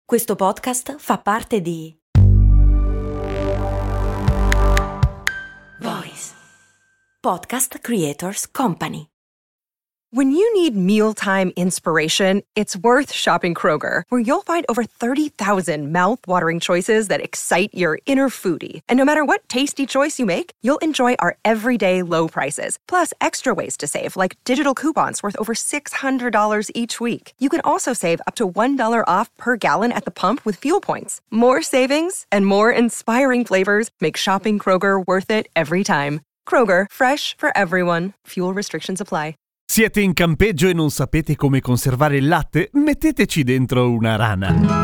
Questo podcast fa parte di Voice Podcast Creators Company. When you need mealtime inspiration, it's worth shopping Kroger, where you'll find over 30,000 mouth-watering choices that excite your inner foodie. And no matter what tasty choice you make, you'll enjoy our everyday low prices, plus extra ways to save, like digital coupons worth over $600 each week. You can also save up to $1 off per gallon at the pump with fuel points. More savings and more inspiring flavors make shopping Kroger worth it every time. Kroger, fresh for everyone. Fuel restrictions apply. Siete in campeggio e non sapete come conservare il latte? Metteteci dentro una rana.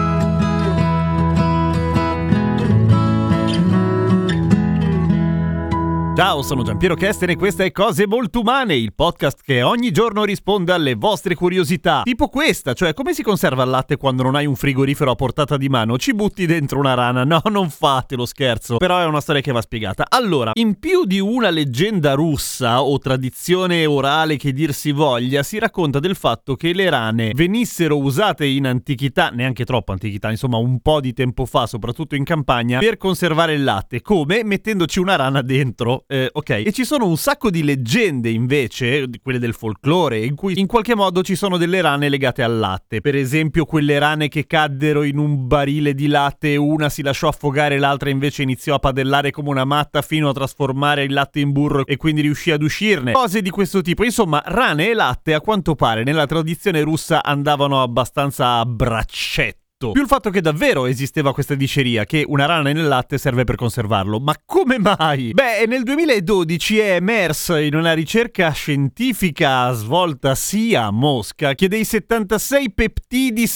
Ciao, sono Giampiero Kesten e questa è Cose Molto Umane, il podcast che ogni giorno risponde alle vostre curiosità. Tipo questa, cioè come si conserva il latte quando non hai un frigorifero a portata di mano? Ci butti dentro una rana? No, non fatelo, scherzo. Però è una storia che va spiegata. Allora, in più di una leggenda russa o tradizione orale che dir si voglia, si racconta del fatto che le rane venissero usate in antichità, neanche troppo antichità, insomma un po' di tempo fa, soprattutto in campagna, per conservare il latte. Come? Mettendoci una rana dentro. Ok, e ci sono un sacco di leggende invece, quelle del folklore, in cui in qualche modo ci sono delle rane legate al latte. Per esempio quelle rane che caddero in un barile di latte e una si lasciò affogare, l'altra invece iniziò a padellare come una matta fino a trasformare il latte in burro e quindi riuscì ad uscirne. Cose di questo tipo. Insomma, rane e latte a quanto pare nella tradizione russa andavano abbastanza a braccetto. Più il fatto che davvero esisteva questa diceria che una rana nel latte serve per conservarlo. Ma come mai? Beh, nel 2012 è emerso in una ricerca scientifica svolta sia a Mosca che dei 76 peptidi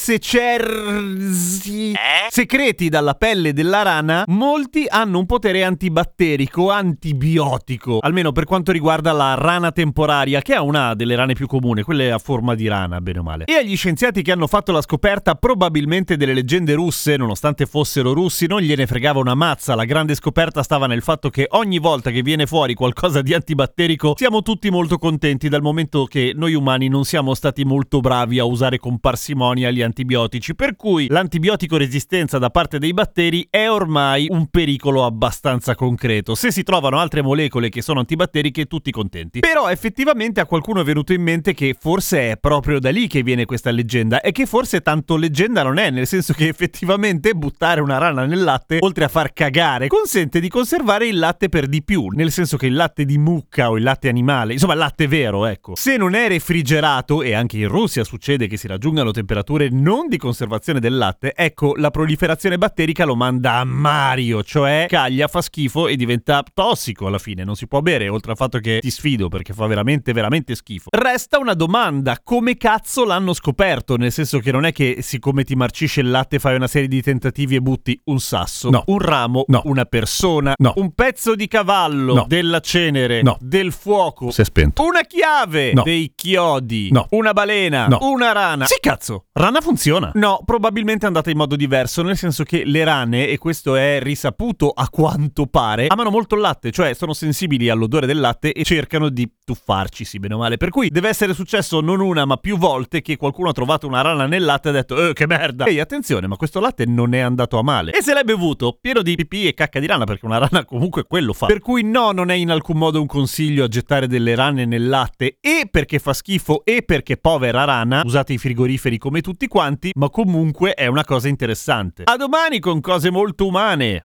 secreti dalla pelle della rana, molti hanno un potere antibatterico, antibiotico, almeno per quanto riguarda la rana temporaria, che è una delle rane più comuni, quelle a forma di rana, bene o male. E agli scienziati che hanno fatto la scoperta probabilmente delle leggende russe, nonostante fossero russi, non gliene fregava una mazza. La grande scoperta stava nel fatto che ogni volta che viene fuori qualcosa di antibatterico siamo tutti molto contenti, dal momento che noi umani non siamo stati molto bravi a usare con parsimonia gli antibiotici, per cui l'antibiotico resistenza da parte dei batteri è ormai un pericolo abbastanza concreto. Se si trovano altre molecole che sono antibatteriche, tutti contenti. Però effettivamente a qualcuno è venuto in mente che forse è proprio da lì che viene questa leggenda, e che forse tanto leggenda non è, nel senso che effettivamente buttare una rana nel latte, oltre a far cagare, consente di conservare il latte per di più, nel senso che il latte di mucca o il latte animale, insomma il latte vero, ecco, se non è refrigerato, e anche in Russia succede che si raggiungano temperature non di conservazione del latte, ecco, la proliferazione batterica lo manda a Mario, cioè caglia, fa schifo e diventa tossico alla fine, non si può bere, oltre al fatto che ti sfido perché fa veramente veramente schifo. Resta una domanda: come cazzo l'hanno scoperto? Nel senso che non è che siccome ti marcisce il latte fai una serie di tentativi e butti un sasso, no, un ramo, no, una persona, no, un pezzo di cavallo, no, della cenere, no, del fuoco, si è spento, una chiave, no, dei chiodi, no, una balena, no, una rana. Sì, cazzo, rana funziona. No, probabilmente è andata in modo diverso, nel senso che le rane, e questo è risaputo a quanto pare, amano molto il latte, cioè sono sensibili all'odore del latte e cercano di tuffarcisi bene o male, per cui deve essere successo non una ma più volte che qualcuno ha trovato una rana nel latte e ha detto che merda, ehi attenzione, ma questo latte non è andato a male, e se l'è bevuto pieno di pipì e cacca di rana, perché una rana comunque quello fa. Per cui no, non è in alcun modo un consiglio a gettare delle rane nel latte, e perché fa schifo e perché povera rana, usate i frigoriferi come tutti quanti, ma comunque è una cosa interessante. A domani con Cose Molto Umane.